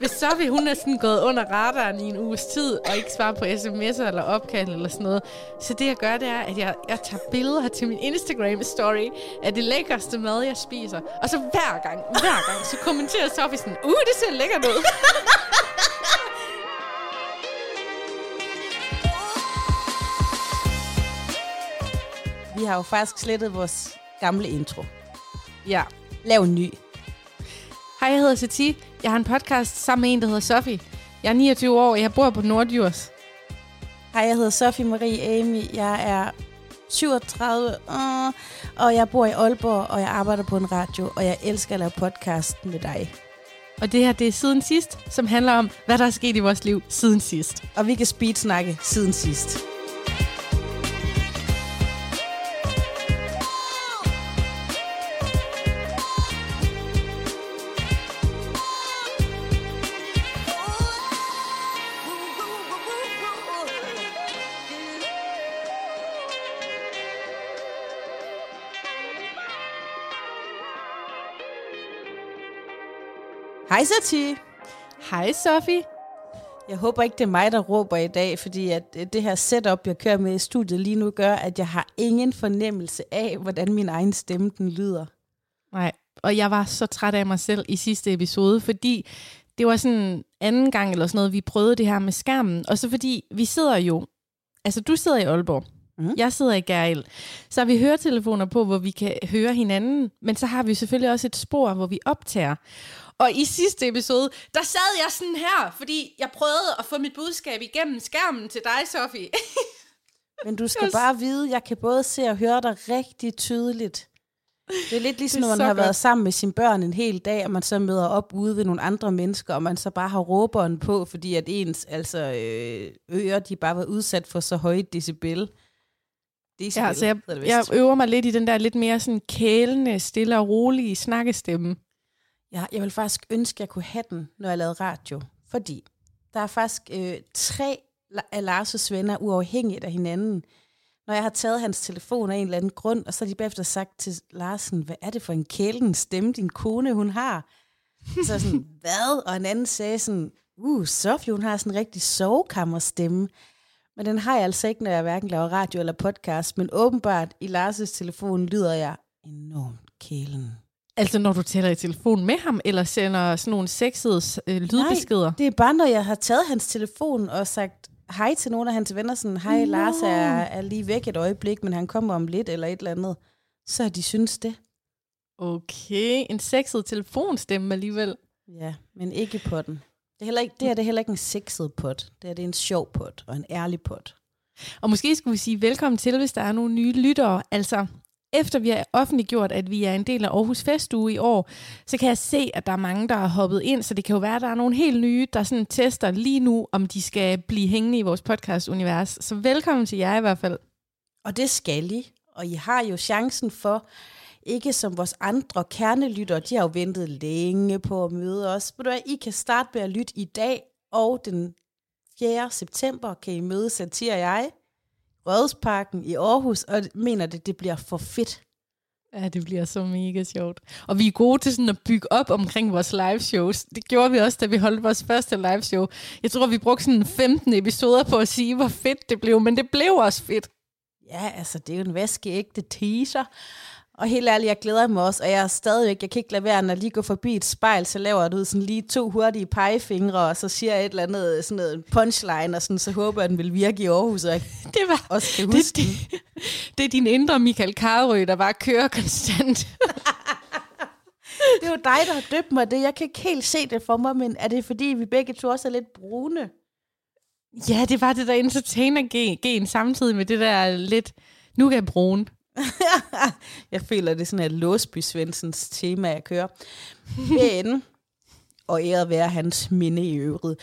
Hvis Sofie, hun er sådan gået under radaren i en uges tid, og ikke svarer på sms'er eller opkald eller sådan noget. Så det jeg gør, det er, at jeg tager billeder til min Instagram-story af det lækkerste mad, jeg spiser. Og så hver gang, så kommenterer Sofie sådan, det ser lækkert ud. Vi har jo faktisk slettet vores gamle intro. Ja. Lav en ny. Hej, jeg hedder Sati. Jeg har en podcast sammen med en, der hedder Sofie. Jeg er 29 år, og jeg bor på Norddjurs. Hej, jeg hedder Sofie Marie Amy. Jeg er 37 år, og jeg bor i Aalborg, og jeg arbejder på en radio, og jeg elsker at lave podcast med dig. Og det her, det er Siden Sidst, som handler om, hvad der er sket i vores liv siden sidst. Og vi kan speedsnakke siden sidst. Hej Sati. Hej Sofie. Jeg håber ikke, det er mig, der råber i dag, fordi at det her setup, jeg kører med i studiet lige nu, gør, at jeg har ingen fornemmelse af, hvordan min egen stemme den lyder. Nej, og jeg var så træt af mig selv i sidste episode, fordi det var sådan anden gang eller sådan noget, vi prøvede det her med skærmen. Og så fordi vi sidder jo, altså du sidder i Aalborg, jeg sidder i Gæril. Så har vi høretelefoner på, hvor vi kan høre hinanden, men så har vi selvfølgelig også et spor, hvor vi optager. Og i sidste episode, der sad jeg sådan her, fordi jeg prøvede at få mit budskab igennem skærmen til dig, Sofie. Men du skal bare vide, jeg kan både se og høre dig rigtig tydeligt. Det er lidt ligesom, når man har været sammen med sine børn en hel dag, og man så møder op ude ved nogle andre mennesker, og man så bare har råberen på, fordi at ens ører, de bare var udsat for så højt decibel. Ja, så jeg øver mig lidt i den der lidt mere sådan kælende, stille og rolige snakkestemme. Ja, jeg vil faktisk ønske, at jeg kunne have den, når jeg lavede radio. Fordi der er faktisk 3 af Lars' venner uafhængigt af hinanden. Når jeg har taget hans telefon af en eller anden grund, og så har de bagefter sagt til Larsen, hvad er det for en kælende stemme, din kone hun har? Så sådan, hvad? Og en anden sagde sådan, Sofie, hun har sådan en rigtig sovekammerstemme. Men den har jeg altså ikke, når jeg hverken laver radio eller podcast. Men åbenbart i Lars' telefon lyder jeg enormt kælen. Altså når du taler i telefon med ham, eller sender sådan nogle sexede lydbeskeder? Nej, det er bare, når jeg har taget hans telefon og sagt hej til nogle af hans venner, sådan, hej, Lars er lige væk et øjeblik, men han kommer om lidt, eller et eller andet. Så har de synes det. Okay, en sexet telefonstemme alligevel. Ja, men ikke på den. Det er heller ikke en sexet pot. Det er en sjov pot, og en ærlig pot. Og måske skulle vi sige velkommen til, hvis der er nogle nye lyttere. Altså, efter vi har offentliggjort, at vi er en del af Aarhus Festuge i år, så kan jeg se, at der er mange, der har hoppet ind, så det kan jo være, at der er nogle helt nye, der sådan tester lige nu, om de skal blive hængende i vores podcast-univers. Så velkommen til jer i hvert fald. Og det skal I, og I har jo chancen for, ikke som vores andre kernelyttere, de har jo ventet længe på at møde os. Men I kan starte med at lytte i dag, og den 4. september kan I møde Sati og jeg, Rådhusparken i Aarhus, og mener det bliver for fedt. Ja, det bliver så mega sjovt. Og vi er gode til sådan at bygge op omkring vores live shows. Det gjorde vi også, da vi holdt vores første live show. Jeg tror, vi brugte sådan 15 episoder på at sige, hvor fedt det blev, men det blev også fedt. Ja, altså det er jo en vaskeægte teaser. Og helt ærligt, jeg glæder mig også, og jeg kan ikke lade være, når jeg lige går forbi et spejl, så laver jeg sådan lige 2 hurtige pegefingre, og så siger jeg et eller andet sådan noget punchline, og sådan, så håber jeg, den vil virke i Aarhus, og jeg også kan huske det er din indre Michael Carrøe, der bare kører konstant. Det er jo dig, der har døbt mig det. Jeg kan ikke helt se det for mig, men er det fordi, vi begge to også er lidt brune? Ja, det var det der entertainer-gen samtidig med det der lidt, nu kan jeg brune. Jeg føler, det er sådan et Låsby Svendsens tema, jeg kører. Men, og æret være hans minde i øvrigt.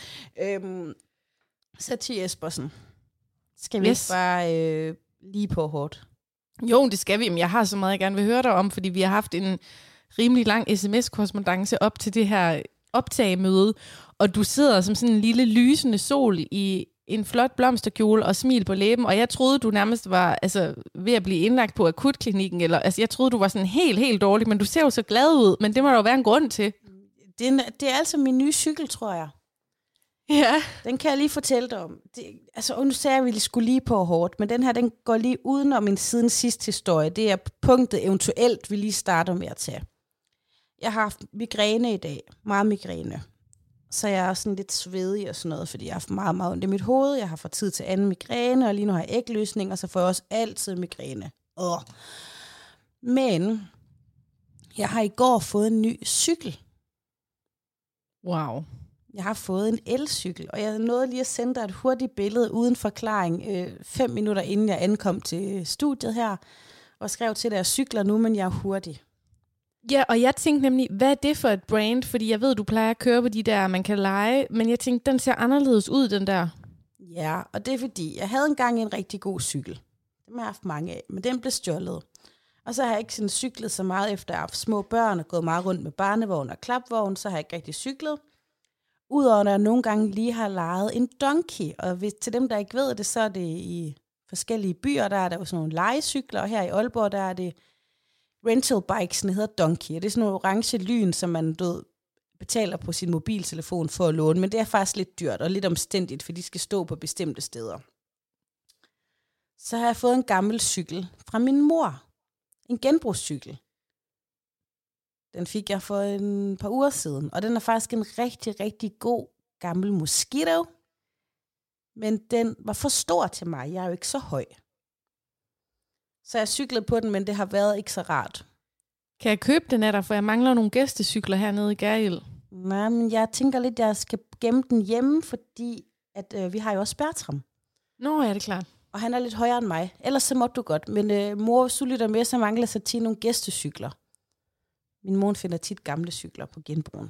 Sati Espersen, skal vi ikke bare lige på hårdt? Jo, det skal vi. Men jeg har så meget, jeg gerne vil høre dig om, fordi vi har haft en rimelig lang sms-korrespondance op til det her optagemøde, og du sidder som sådan en lille lysende sol i en flot blomsterkjole og smil på læben, og jeg troede, du nærmest var ved at blive indlagt på akutklinikken, eller jeg troede, du var sådan helt dårlig, men du ser jo så glad ud, men det må der jo være en grund til. Det er altså min nye cykel, tror jeg. Ja. Den kan jeg lige fortælle dig om. Nu sagde jeg, at vi skulle lige på hårdt, men den her, den går lige udenom min siden sidste historie. Det er punktet eventuelt, vi lige starter med at tage. Jeg har haft migræne i dag. Meget migræne. Så jeg er sådan lidt svedig og sådan noget, fordi jeg har haft meget, meget ondt i mit hoved. Jeg har fået tid til anden migræne, og lige nu har jeg ægløsning, og så får jeg også altid migræne. Men jeg har i går fået en ny cykel. Wow. Jeg har fået en elcykel, og jeg nåede lige at sende dig et hurtigt billede uden forklaring 5 minutter inden jeg ankom til studiet her, og skrev til dig, at jeg cykler nu, men jeg er hurtig. Ja, og jeg tænkte nemlig, hvad er det for et brand? Fordi jeg ved, du plejer at køre på de der, man kan lege, men jeg tænkte, den ser anderledes ud, den der. Ja, og det er fordi, jeg havde engang en rigtig god cykel. Dem har jeg haft mange af, men den blev stjålet. Og så har jeg ikke sådan cyklet så meget efter, at jeg har haft små børn og gået meget rundt med barnevogn og klapvogn, så har jeg ikke rigtig cyklet. Udover når jeg nogle gange lige har lejet en donkey, og til dem, der ikke ved det, så er det i forskellige byer, der er der jo sådan nogle legecykler, og her i Aalborg, der er det rental bikes, der hedder donkey, og det er sådan nogle orange lyn, som man betaler på sin mobiltelefon for at låne, men det er faktisk lidt dyrt og lidt omstændigt, for de skal stå på bestemte steder. Så har jeg fået en gammel cykel fra min mor, en genbrugscykel. Den fik jeg for en par uger siden, og den er faktisk en rigtig, rigtig god gammel Mosquito. Men den var for stor til mig. Jeg er jo ikke så høj. Så jeg cyklede på den, men det har været ikke så rart. Kan jeg købe den af dig, for jeg mangler nogle gæstecykler hernede i Gærhild? Nej, men jeg tænker lidt, at jeg skal gemme den hjemme, fordi at, vi har jo også Bertram. Nå, ja, det er klart. Og han er lidt højere end mig. Ellers så måtte du godt. Men mor, hvis du lytter med, så mangler så tit nogle gæstecykler. Min mor finder tit gamle cykler på genbrugen.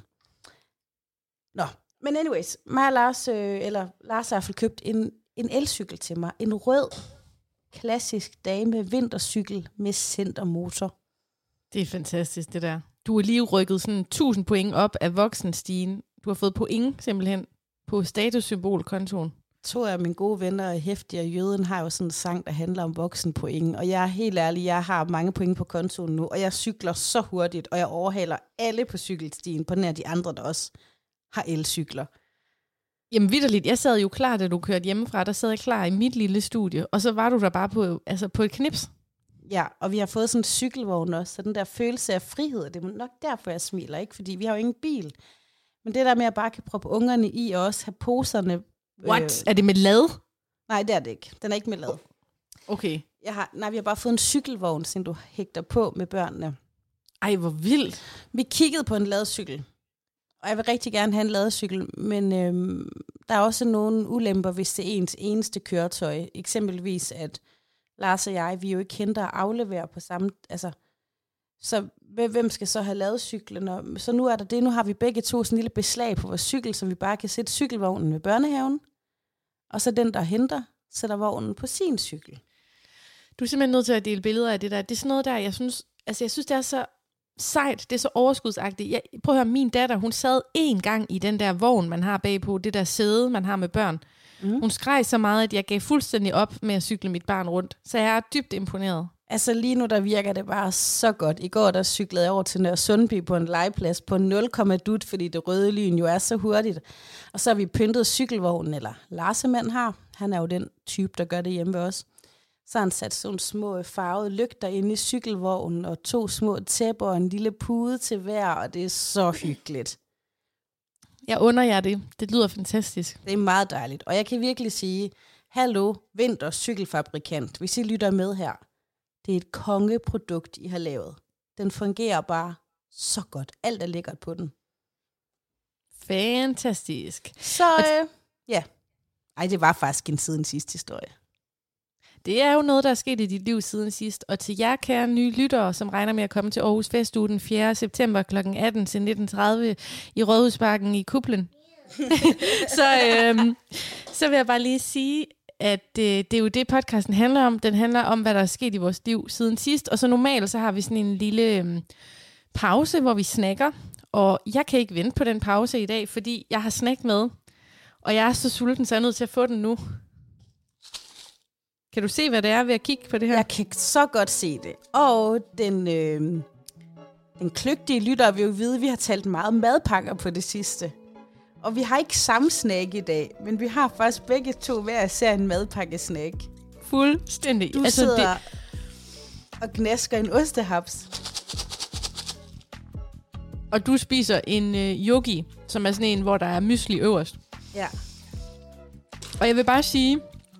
Nå, men anyways. Mig og Lars, Lars har i hvert fald købt en elcykel til mig. En rød, klassisk dame vintercykel med centermotor. Det er fantastisk, det der. Du har lige rykket sådan 1000 point op af voksenstigen. Du har fået point simpelthen på statussymbolkontoen. 2 af mine gode venner, Hæftig og Jøden, har jo sådan en sang, der handler om voksenpoint. Og jeg er helt ærlig, jeg har mange point på kontoen nu, og jeg cykler så hurtigt, og jeg overhaler alle på cykelstien, på nær de andre, der også har elcykler. Jamen vitterligt, jeg sad jo klar, da du kørte hjemmefra, der sad jeg klar i mit lille studie, og så var du der bare på et knips. Ja, og vi har fået sådan en cykelvogn også, så den der følelse af frihed, det er nok derfor, jeg smiler, ikke? Fordi vi har jo ingen bil. Men det der med, at bare kan proppe ungerne i, og også have poserne. What? Er det med lad? Nej, det er det ikke. Den er ikke med lad. Okay. Vi har bare fået en cykelvogn, som du hægter på med børnene. Ej, hvor vildt. Vi kiggede på en ladcykel, og jeg vil rigtig gerne have en ladcykel, men der er også nogle ulemper, hvis det er ens eneste køretøj. Eksempelvis, at Lars og jeg, vi er jo ikke henter at aflevere på samme. Altså, så hvem skal så have lavet cyklen? Så nu er der det. Nu har vi begge to sådan en lille beslag på vores cykel, som vi bare kan sætte cykelvognen ved børnehaven. Og så den, der henter, sætter vognen på sin cykel. Du er simpelthen nødt til at dele billeder af det der. Det er sådan noget der, jeg synes, det er så sejt, det er så overskudsagtigt. Prøv at høre, min datter, hun sad en gang i den der vogn, man har bagpå, det der sæde, man har med børn. Hun skreg så meget, at jeg gav fuldstændig op med at cykle mit barn rundt. Så jeg er dybt imponeret. Altså lige nu, der virker det bare så godt. I går, der cyklede jeg over til Nørre Sundby på en legeplads på 0, fordi det røde lyn jo er så hurtigt. Og så har vi pyntet cykelvognen, eller Larsemand har. Han er jo den type, der gør det hjemme ved os. Så har han sat sådan små farvede lygter inde i cykelvognen, og 2 små tæpper og en lille pude til hver, og det er så hyggeligt. Jeg under jer det. Det lyder fantastisk. Det er meget dejligt. Og jeg kan virkelig sige, hallo, Vinter cykelfabrikant, hvis I lytter med her. Det er et kongeprodukt, I har lavet. Den fungerer bare så godt. Alt er lækkert på den. Fantastisk. Så ja. Ej, det var faktisk en siden sidste historie. Det er jo noget, der er sket i dit liv siden sidst. Og til jer, kære nye lyttere, som regner med at komme til Aarhus Festuge den 4. september kl. 18 til 19.30 i Rådhusparken i Kuplen. Så vil jeg bare lige sige, at det er jo det, podcasten handler om. Den handler om, hvad der er sket i vores liv siden sidst. Og så normalt, så har vi sådan en lille pause, hvor vi snakker. Og jeg kan ikke vente på den pause i dag, fordi jeg har snack med. Og jeg er så sulten, så jeg er nødt til at få den nu. Kan du se, hvad det er ved at kigge på det her? Jeg kan så godt se det. Og den Den kløgtige lytter vil jo vide, at vi har talt meget madpakker på det sidste. Og vi har ikke samme snack i dag, men vi har faktisk begge to hver især en madpakkesnack. Fuldstændig. Du sidder og gnasker en ostehaps. Og du spiser en yogi, som er sådan en, hvor der er mysli øverst. Ja. Og jeg vil bare sige,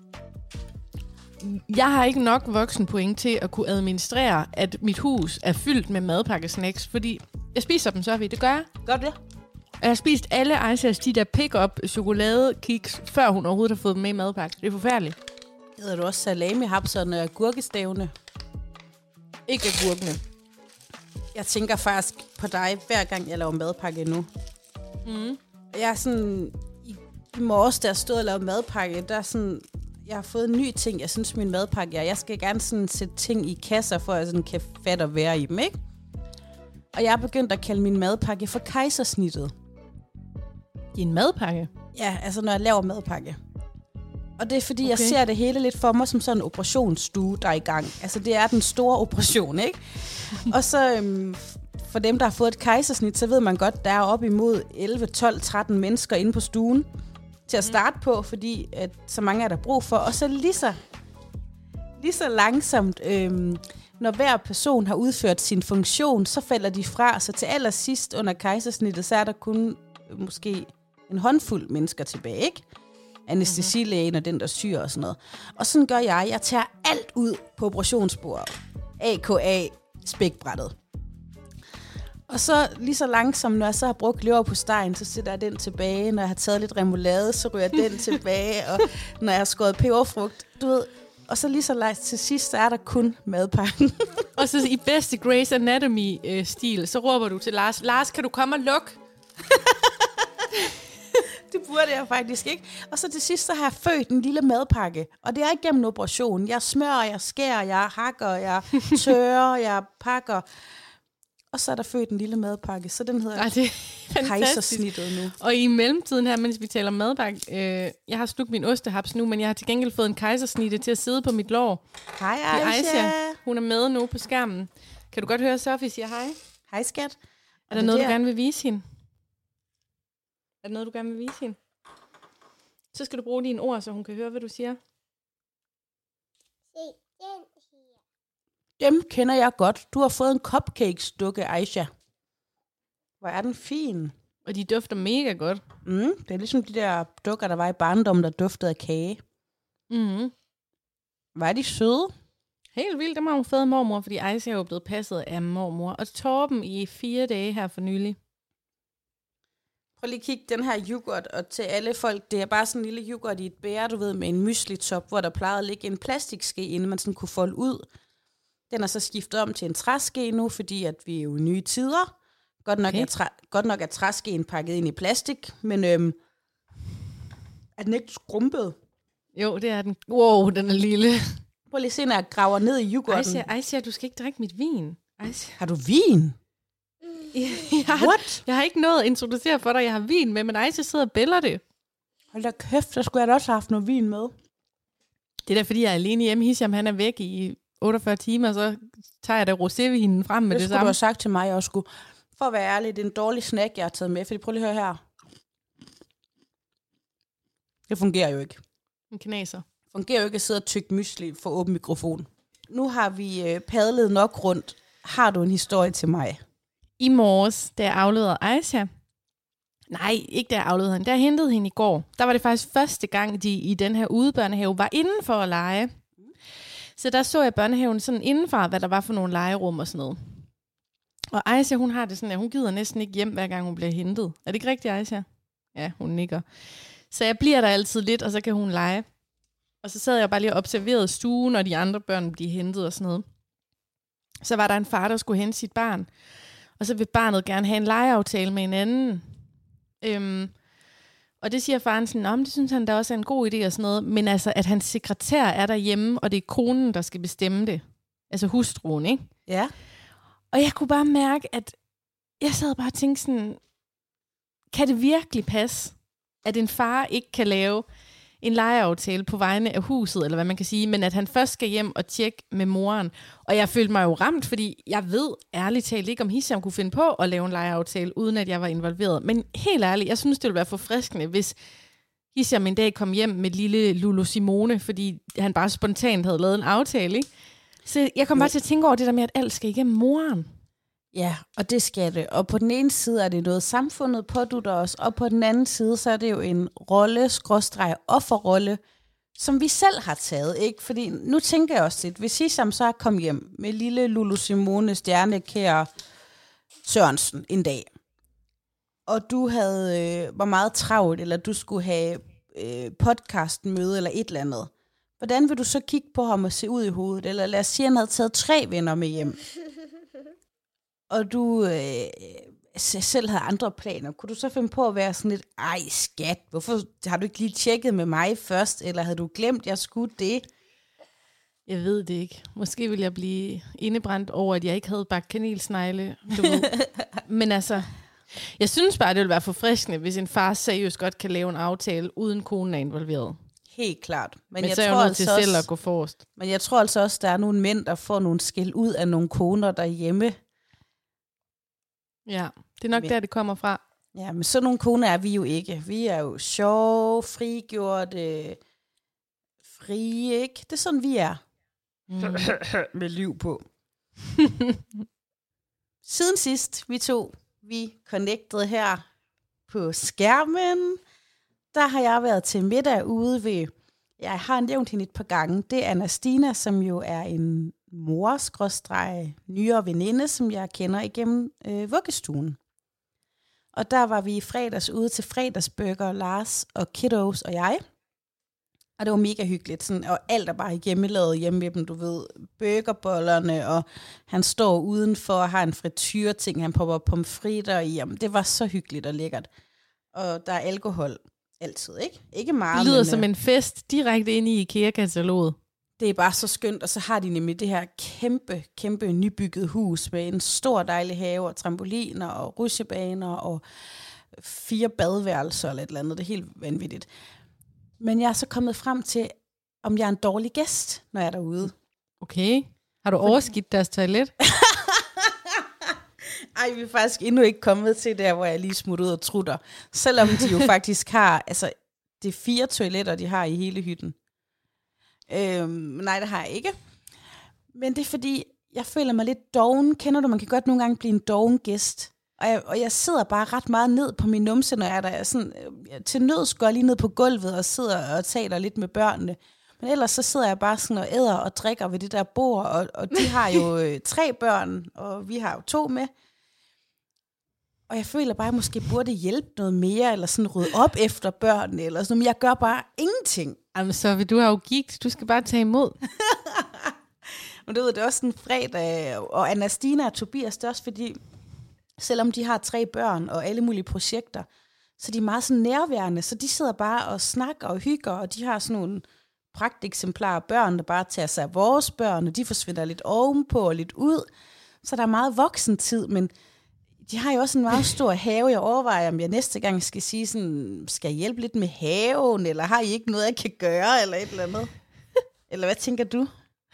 jeg har ikke nok voksenpoint til at kunne administrere, at mit hus er fyldt med madpakkesnacks, fordi jeg spiser dem, så det gør jeg. Gør det? Jeg har spist alle Aisas de der pick-up chokoladekiks, før hun overhovedet har fået dem med i madpakke. Det er forfærdeligt. Hedder du også salami-hapserne og gurkestavene? Ikke agurkene. Jeg tænker faktisk på dig, hver gang jeg laver madpakke nu. Jeg er sådan... I morges, da jeg stod og lavede madpakke, der er sådan... Jeg har fået en ny ting, jeg synes, min madpakke er. Jeg skal gerne sådan sætte ting i kasser, for at jeg sådan kan fatte og være i dem, ikke? Og jeg er begyndt at kalde min madpakke for kejsersnittet. Din madpakke? Ja, altså når jeg laver madpakke. Og det er fordi, jeg ser det hele lidt for mig som sådan en operationsstue, der er i gang. Altså det er den store operation, ikke? Og så for dem, der har fået et kejsersnit, så ved man godt, der er op imod 11, 12, 13 mennesker inde på stuen til at starte på, fordi at så mange er der brug for. Og så lige så langsomt, når hver person har udført sin funktion, så falder de fra. Så til allersidst under kejsersnittet, så er der kun måske en håndfuld mennesker tilbage, ikke? Anæstesilægen og den, der syr og sådan noget. Og sådan gør jeg. Jeg tager alt ud på operationsbordet. AKA spækbrættet. Og så lige så langsomt, når jeg så har brugt leverpostejen, så sætter jeg den tilbage. Når jeg har taget lidt remoulade, så ryger den tilbage. Og når jeg har skåret peberfrugt, du ved. Og så lige så langt til sidst, så er der kun madpakken. Og så i bedste Grey's Anatomy-stil, så råber du til Lars, Lars, kan du komme og lukke? Det burde jeg faktisk ikke. Og så til sidst, så har jeg født en lille madpakke. Og det er ikke gennem en operation. Jeg smører, jeg skærer, jeg hakker, jeg tørrer, jeg pakker. Og så er der født en lille madpakke. Så den hedder kejsersnittet nu. Og i mellemtiden her, mens vi taler madpakke, jeg har slugt min ostehaps nu, men jeg har til gengæld fået en kejsersnitte til at sidde på mit lår. Hej, Aisha. Hun er med nu på skærmen. Kan du godt høre, Sofie siger hej? Hej, skat. Er der noget, du gerne vil vise hende? Er der noget, du gerne vil vise hende? Så skal du bruge dine ord, så hun kan høre, hvad du siger. Se, den her. Dem kender jeg godt. Du har fået en cupcakes-dukke, Aisha. Hvor er den fin. Og de dufter mega godt. Det er ligesom de der dukker, der var i barndommen, der duftede af kage. Var de søde? Helt vildt. Dem har hun fået af mormor, fordi Aisha er jo blevet passet af mormor. Og Torben i 4 dage her for nylig. Prøv lige at kigge den her yoghurt, og til alle folk, det er bare sådan en lille yoghurt i et bære, du ved, med en mysli-top, hvor der plejede at ligge en plastikske, inden man sådan kunne folde ud. Den er så skiftet om til en træske nu, fordi at vi er jo i nye tider. Godt nok er træskeen pakket ind i plastik, men er den ikke skrumpet? Jo, det er den. Wow, den er lille. Prøv lige at se, når jeg graver ned i yoghurten. Aisha, du skal ikke drikke mit vin. Aisha. Har du vin? Jeg har ikke noget at introducere for dig. Jeg har vin med, men Aisha sidder og bæller det. Hold da kæft, så skulle jeg da også have haft noget vin med. Det er da, fordi jeg er alene hjemme. Hisham, han er væk i 48 timer, så tager jeg da rosévinen frem med det samme. Det skulle du have sagt til mig, jeg også skulle. For at være ærlig, det er en dårlig snack, jeg har taget med. Fordi prøv lige at høre her. Det fungerer jo ikke. En knaser. Det fungerer jo ikke at sidde og tygge mysli for åben mikrofon. Nu har vi padlet nok rundt. Har du en historie til mig? I morges, da jeg afleverede Aisha. Nej, ikke da jeg afleverede hende. Da jeg hentede hende i går. Der var det faktisk første gang, de i den her udebørnehave var inden for at lege. Så der så jeg børnehaven sådan indenfra, hvad der var for nogle legerum og sådan noget. Og Aisha, hun har det sådan, at hun gider næsten ikke hjem, hver gang hun bliver hentet. Er det ikke rigtigt, Aisha? Ja, hun nikker. Så jeg bliver der altid lidt, og så kan hun lege. Og så sad jeg bare lige og observerede stuen, og de andre børn bliver hentet og sådan noget. Så var der en far, der skulle hente sit barn. Og så vil barnet gerne have en legeaftale med en anden. Og det siger faren sådan, det synes han da også er en god idé og sådan noget. Men altså, at hans sekretær er derhjemme, og det er konen, der skal bestemme det. Altså hustruen, ikke? Ja. Og jeg kunne bare mærke, at jeg sad bare og tænkte sådan, kan det virkelig passe, at en far ikke kan lave en lejeaftale på vegne af huset, eller hvad man kan sige, men at han først skal hjem og tjekke med moren. Og jeg følte mig jo ramt, fordi jeg ved ærligt talt ikke, om Hisham kunne finde på at lave en lejeaftale, uden at jeg var involveret. Men helt ærligt, jeg synes, det ville være forfriskende, hvis Hisham en dag kom hjem med lille Lulu Simone, fordi han bare spontant havde lavet en aftale, ikke? Så jeg kom bare til at tænke over det der med, at alt skal igennem moren. Ja, og det skal det. Og på den ene side er det noget, samfundet pådutter os, og på den anden side, så er det jo en offerrolle, som vi selv har taget, ikke? Fordi nu tænker jeg også lidt, hvis Hisham så kom hjem med lille Lulu Simone Stjernekær Sørensen en dag, og du var meget travlt, eller du skulle have podcastmøde eller et eller andet, hvordan vil du så kigge på ham og se ud i hovedet? Eller lad os sige, at han havde taget 3 venner med hjem, og du selv havde andre planer. Kunne du så finde på at være sådan lidt, ej skat, hvorfor har du ikke lige tjekket med mig først, eller havde du glemt, at jeg skulle det? Jeg ved det ikke. Måske ville jeg blive indebrændt over, at jeg ikke havde bagt kanelsnegle. Du ved. Men altså, jeg synes bare, det ville være forfriskende, hvis en far seriøst godt kan lave en aftale, uden konen er involveret. Helt klart. Men jeg så er jeg nødt til selv at gå forrest. Men jeg tror altså også, der er nogle mænd, der får nogle skæld ud af nogle koner derhjemme. Ja, det er nok der, det kommer fra. Ja, men sådan nogle koner er vi jo ikke. Vi er jo sjove, frigjorte, frie, ikke? Det er sådan, vi er. Med liv på. Siden sidst, vi connectede her på skærmen, der har jeg været til middag ude ved, jeg har nævnt hende et par gange, det er Anastina, som jo er en nyere veninde, som jeg kender igennem vuggestuen. Og der var vi i fredags ude til fredagsburger, Lars og Kiddos og jeg. Og det var mega hyggeligt, sådan, og alt er bare hjemmelavet hjemme med dem, du ved, burgerbollerne, og han står udenfor og har en frityreting, han popper pomfritter i, jamen, det var så hyggeligt og lækkert. Og der er alkohol altid, ikke? Ikke meget. Det lyder som en fest direkte ind i IKEA-kataloget. Det er bare så skønt, og så har de nemlig det her kæmpe nybygget hus med en stor dejlig have og trampoliner og rutsjebaner og 4 badeværelser eller et eller andet. Det er helt vanvittigt. Men jeg er så kommet frem til, om jeg er en dårlig gæst, når jeg er derude. Okay. Har du overskidt deres toilet? Ej, vi er faktisk endnu ikke kommet til der, hvor jeg lige smutter ud og trutter. Selvom de jo faktisk har, altså det er 4 toiletter, de har i hele hytten. Nej, det har jeg ikke. Men det er fordi, jeg føler mig lidt doven. Kender du, man kan godt nogle gange blive en doven gæst. Og jeg sidder bare ret meget ned på min numse, når jeg er der. Sådan, til nøds går jeg lige ned på gulvet og sidder og taler lidt med børnene. Men ellers så sidder jeg bare sådan og æder og drikker ved det der bord. Og de har jo 3 børn, og vi har jo 2 med. Og jeg føler bare, at jeg måske burde hjælpe noget mere, eller sådan rydde op efter børnene, eller sådan noget. Men jeg gør bare ingenting. Jamen så vil du have jo gigt. Du skal bare tage imod. Men du ved, det er også en fredag, og Anastina og Tobias, det er også fordi, selvom de har 3 børn og alle mulige projekter, så de er meget sådan nærværende, så de sidder bare og snakker og hygger, og de har sådan nogle pragteksemplarer børn, der bare tager sig af vores børn, og de forsvinder lidt ovenpå og lidt ud. Så der er meget voksentid, men de har jo også en meget stor have. Jeg overvejer, om jeg næste gang skal sige sådan, skal jeg hjælpe lidt med haven, eller har I ikke noget, jeg kan gøre, eller et eller andet? Eller hvad tænker du?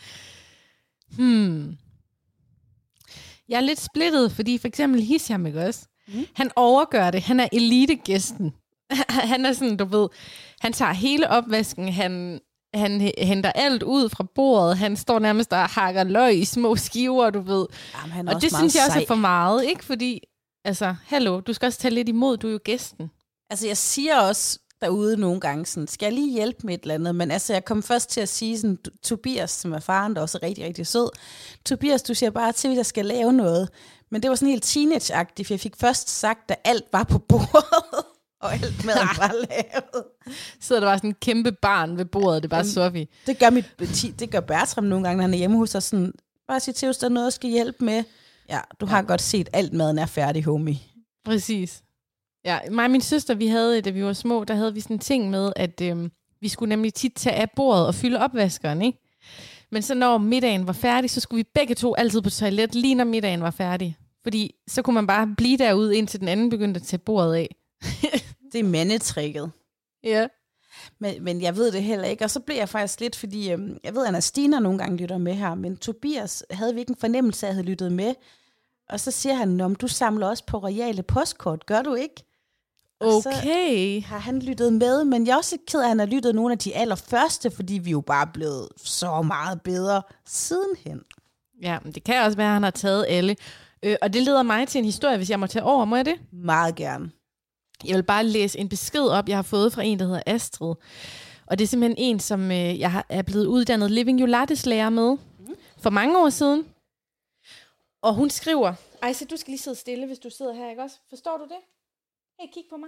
Jeg er lidt splittet, fordi for eksempel Hisham, ikke også? Han overgør det. Han er elitegæsten. Han er sådan, du ved, han tager hele opvasken, han henter alt ud fra bordet, han står nærmest og hakker løg i små skiver, du ved. Jamen, og det synes jeg også er for meget, ikke? Fordi, altså, hallo, du skal også tage lidt imod, du er jo gæsten. Altså, jeg siger også derude nogle gange sådan, skal jeg lige hjælpe med et eller andet? Men altså, jeg kom først til at sige sådan, Tobias, som er faren, der også er rigtig, rigtig sød. Tobias, du siger bare til, at jeg skal lave noget. Men det var sådan helt teenage-agtigt, for jeg fik først sagt, at alt var på bordet, og alt maden var lavet. Så der var sådan en kæmpe barn ved bordet, det er bare Sofie. Det gør Bertram nogle gange, når han er hjemme hos os, sådan, bare sige til, hvis der er noget, jeg skal hjælpe med. Ja, du har godt set, alt maden er færdig, homie. Præcis. Ja, mig og min søster, vi havde, da vi var små, der havde vi sådan en ting med, at vi skulle nemlig tit tage af bordet og fylde opvaskeren, ikke? Men så når middagen var færdig, så skulle vi begge to altid på toilet, lige når middagen var færdig. Fordi så kunne man bare blive derude, indtil den anden begyndte at tage bordet af. Det er mandetrikket. Ja. Men jeg ved det heller ikke. Og så blev jeg faktisk lidt, fordi jeg ved, at Anna-Stina nogle gange lytter med her, men Tobias havde vi ikke en fornemmelse af, at havde lyttet med. Og så siger han, om du samler også på royale postkort, gør du ikke? Okay. Har han lyttet med, men jeg er også ked af, at han har lyttet nogle af de allerførste, fordi vi jo bare er blevet så meget bedre sidenhen. Ja, men det kan også være, at han har taget alle. Og det leder mig til en historie, hvis jeg må tage over. Må jeg det? Meget gerne. Jeg vil bare læse en besked op, jeg har fået fra en, der hedder Astrid. Og det er simpelthen en, som jeg er blevet uddannet Living Pilates lærer med for mange år siden. Og hun skriver, så du skal lige sidde stille, hvis du sidder her, ikke også? Forstår du det? Hey, kig på mig.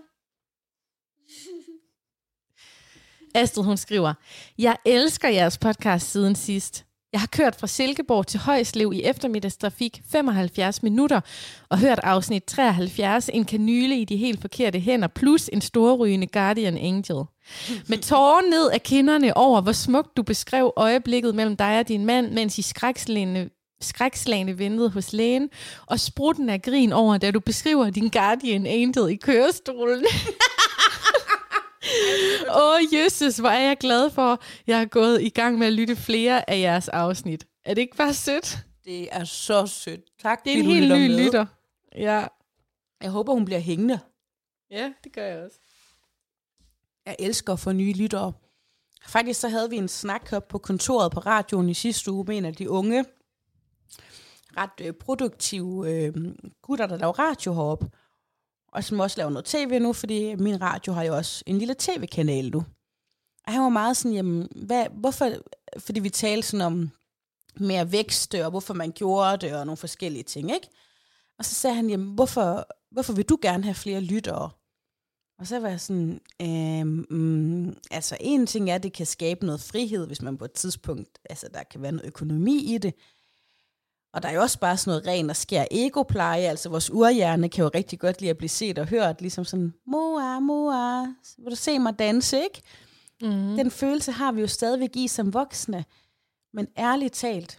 Astrid, hun skriver, jeg elsker jeres podcast siden sidst. Jeg har kørt fra Silkeborg til Højslev i eftermiddagstrafik 75 minutter og hørt afsnit 73, en kanyle i de helt forkerte hænder, plus en storrygende Guardian Angel. Med tårer ned af kinderne over, hvor smukt du beskrev øjeblikket mellem dig og din mand, mens I skrækslagende ventede hos lægen, og sprutten af grin over, da du beskriver din Guardian Angel i kørestolen. Jesus, hvor er jeg glad for, jeg har gået i gang med at lytte flere af jeres afsnit. Er det ikke bare sødt? Det er så sødt. Tak, det er en helt ny lytter. Ja. Jeg håber, hun bliver hængende. Ja, det gør jeg også. Jeg elsker at få nye lyttere. Faktisk så havde vi en snak op på kontoret på radioen i sidste uge med en af de unge, ret produktive gutter, der laver radio heroppe. Og som også laver noget tv nu, fordi min radio har jo også en lille tv-kanal nu. Og han var meget sådan, jamen, hvorfor? Fordi vi talte sådan om mere vækst, og hvorfor man gjorde det, og nogle forskellige ting, ikke? Og så sagde han, jamen, hvorfor vil du gerne have flere lyttere? Og så var jeg sådan, altså en ting er, at det kan skabe noget frihed, hvis man på et tidspunkt, altså der kan være noget økonomi i det. Og der er jo også bare sådan noget ren og skær egopleje, altså vores urhjerne kan jo rigtig godt lide at blive set og hørt, ligesom sådan, mor, vil du se mig danse, ikke? Mm-hmm. Den følelse har vi jo stadigvæk i som voksne, men ærligt talt,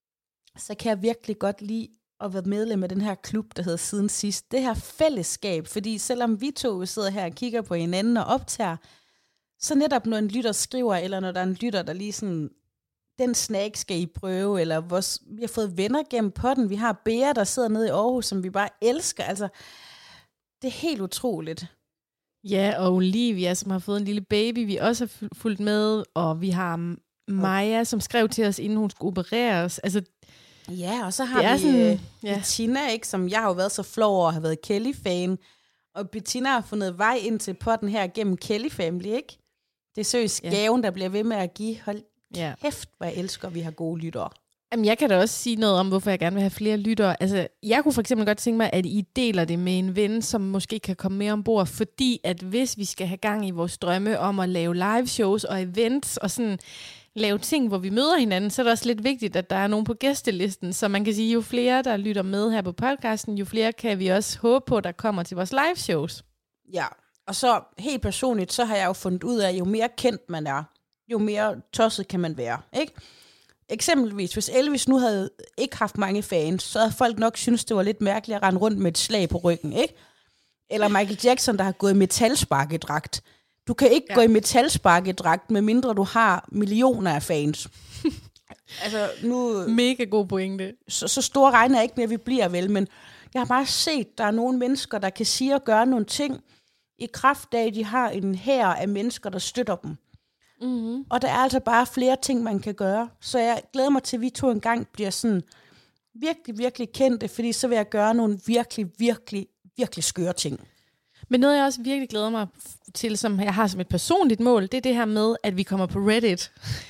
så kan jeg virkelig godt lide at være medlem af den her klub, der hedder Siden Sidst. Det her fællesskab, fordi selvom vi to sidder her og kigger på hinanden og optager, så netop når en lytter skriver, eller når der er en lytter, der lige sådan, den snack skal I prøve, eller vi har fået venner gennem potten, vi har Bea, der sidder nede i Aarhus, som vi bare elsker, altså, det er helt utroligt. Ja, og Olivia, som har fået en lille baby, vi også har fulgt med, og vi har Maja, som skrev til os, inden hun skulle opereres, altså. Ja, og så har vi Bettina, ikke, som jeg har jo været så flov over at have været Kelly-fan, og Bettina har fundet vej ind til potten her gennem Kelly-family, ikke? Det er seriøst gaven, der bliver ved med at give. Hold kæft, hvor jeg elsker, at vi har gode lyttere. Jamen, jeg kan da også sige noget om, hvorfor jeg gerne vil have flere lyttere. Altså, jeg kunne for eksempel godt tænke mig, at I deler det med en ven, som måske kan komme med ombord, fordi at hvis vi skal have gang i vores drømme om at lave live shows og events og sådan lave ting, hvor vi møder hinanden, så er det også lidt vigtigt, at der er nogen på gæstelisten. Så man kan sige, jo flere, der lytter med her på podcasten, jo flere kan vi også håbe på, der kommer til vores live shows. Ja, og så helt personligt, så har jeg jo fundet ud af, at jo mere kendt man er, jo mere tosset kan man være, ikke? Eksempelvis, hvis Elvis nu havde ikke haft mange fans, så havde folk nok synes det var lidt mærkeligt at rende rundt med et slag på ryggen, ikke? Eller Michael Jackson, der har gået i metalsparkedragt. Du kan ikke gå i metalsparkedragt, medmindre du har millioner af fans. Altså, nu, mega god pointe. Så store regner jeg ikke med, at vi bliver vel, men jeg har bare set, at der er nogle mennesker, der kan sige og gøre nogle ting, i kraft af, at de har en hær af mennesker, der støtter dem. Mm-hmm. Og der er altså bare flere ting, man kan gøre. Så jeg glæder mig til, at vi to engang bliver sådan virkelig, virkelig kendte, fordi så vil jeg gøre nogle virkelig, virkelig, virkelig skøre ting. Men noget, jeg også virkelig glæder mig til, som jeg har som et personligt mål, det er det her med, at vi kommer på Reddit.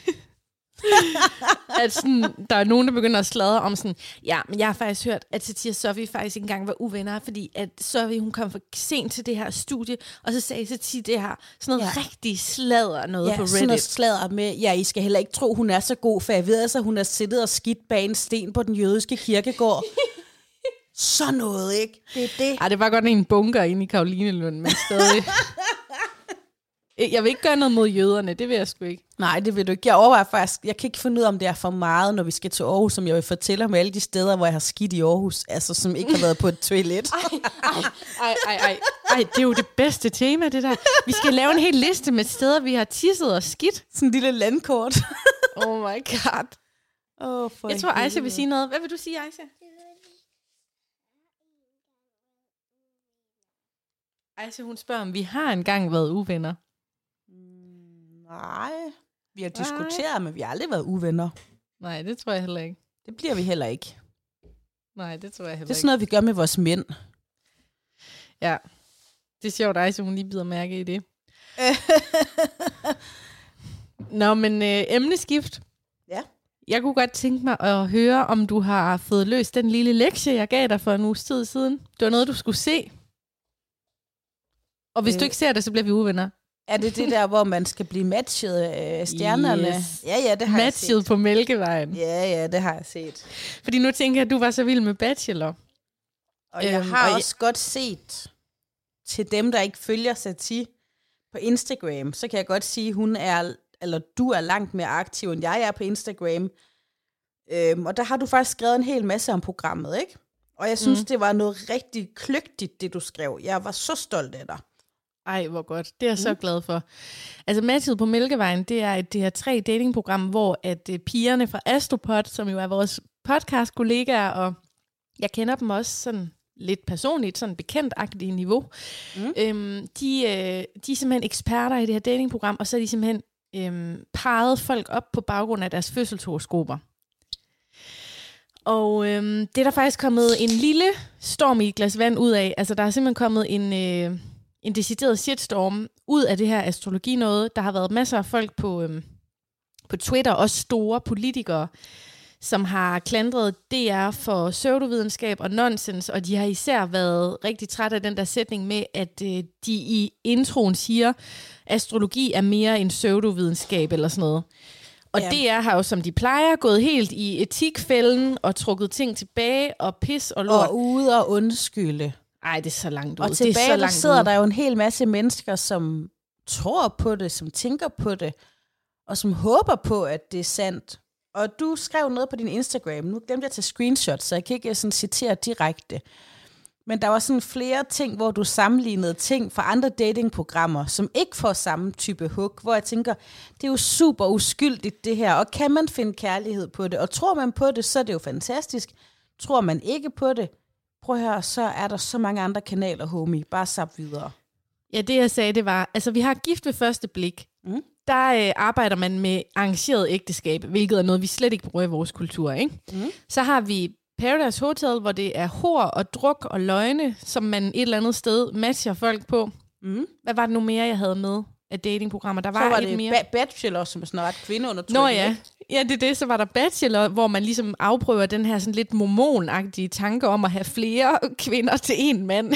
At sådan, der er nogen, der begynder at sladre om sådan, ja, men jeg har faktisk hørt, at Satie og Sofie faktisk ikke engang var uvenner, fordi at Sofie, hun kom for sent til det her studie, og så sagde Satie det her, sådan noget rigtig sladder noget på Reddit. Ja, sådan noget sladder med, I skal heller ikke tro, hun er så god, for jeg ved altså, hun har siddet og skidt bag en sten på den jødiske kirkegård. Så noget, ikke? Det er det. Ej, det var godt en bunker inde i Karolinelund, men stadig. Jeg vil ikke gøre noget mod jøderne, det vil jeg sgu ikke. Nej, det vil du ikke. Jeg overvejer faktisk, jeg kan ikke finde ud af, om det er for meget, når vi skal til Aarhus, som jeg vil fortælle om alle de steder, hvor jeg har skidt i Aarhus, altså som ikke har været på et toilet. Ej, det er jo det bedste tema, det der. Vi skal lave en hel liste med steder, vi har tisset og skidt. Sådan en lille landkort. Oh my god. Jeg tror, Aisha vil sige noget. Hvad vil du sige, Aisha? Aisha, hun spørger, om vi har engang været uvenner. Nej, vi har diskuteret, men vi har aldrig været uvenner. Nej, det tror jeg heller ikke. Det bliver vi heller ikke. Nej, det tror jeg heller ikke. Det er sådan noget, vi gør med vores mænd. Ja, det er sjovt, Aisha, hun lige bider mærke i det. Nå, men emneskift. Ja. Jeg kunne godt tænke mig at høre, om du har fået løst den lille lektie, jeg gav dig for en uges tid siden. Det var noget, du skulle se. Og hvis du ikke ser det, så bliver vi uvenner. Er det det der, hvor man skal blive matchet af stjernerne? Yes. Ja, det har jeg set. Matchet på Mælkevejen. Ja, det har jeg set. Fordi nu tænker jeg, at du var så vild med Bachelor. Og jeg har også godt set, til dem, der ikke følger Satie på Instagram, så kan jeg godt sige, du er langt mere aktiv, end jeg er på Instagram. Og der har du faktisk skrevet en hel masse om programmet, ikke? Og jeg synes, det var noget rigtig kløgtigt, det du skrev. Jeg var så stolt af dig. Ej, hvor godt. Det er jeg så glad for. Altså, Matchet på Mælkevejen, det er et DR3 datingprogram, hvor at pigerne fra Astropod, som jo er vores podcast-kollegaer, og jeg kender dem også sådan lidt personligt, sådan bekendt-agtige niveau, de er simpelthen eksperter i det her datingprogram, og så er de simpelthen parret folk op på baggrund af deres fødselshoroskoper. Og det er der faktisk kommet en lille storm i et glas vand ud af. Altså, der er simpelthen kommet en decideret shitstorm ud af det her astrologi noget. Der har været masser af folk på Twitter, også store politikere, som har klandret DR for pseudovidenskab og nonsens, og de har især været rigtig trætte af den der sætning med, at de i introen siger, astrologi er mere en pseudovidenskab eller sådan noget. Og DR har jo, som de plejer, gået helt i etikfælden og trukket ting tilbage og pis og lort. Og ude og undskylde. Ej, det er så langt ud. Og tilbage der sidder der jo en hel masse mennesker, som tror på det, som tænker på det, og som håber på, at det er sandt. Og du skrev noget på din Instagram. Nu glemte jeg at tage screenshot, så jeg kan ikke sådan citere direkte. Men der var sådan flere ting, hvor du sammenlignede ting fra andre datingprogrammer, som ikke får samme type hook, hvor jeg tænker, det er jo super uskyldigt det her, og kan man finde kærlighed på det? Og tror man på det, så er det jo fantastisk. Tror man ikke på det, prøv at høre, så er der så mange andre kanaler, homie. Bare sap videre. Ja, det jeg sagde, det var, altså vi har gift ved første blik. Der arbejder man med arrangeret ægteskab, hvilket er noget, vi slet ikke bruger i vores kultur, ikke? Så har vi Paradise Hotel, hvor det er hor og druk og løgne, som man et eller andet sted matcher folk på. Hvad var det nu mere, jeg havde med af datingprogrammer? Der var det mere. Bachelor, som er sådan ret kvindeundertrykkende. Nå ja. Ja, det er det. Så var der Bachelor, hvor man ligesom afprøver den her sådan lidt mormonagtige tanke om at have flere kvinder til en mand.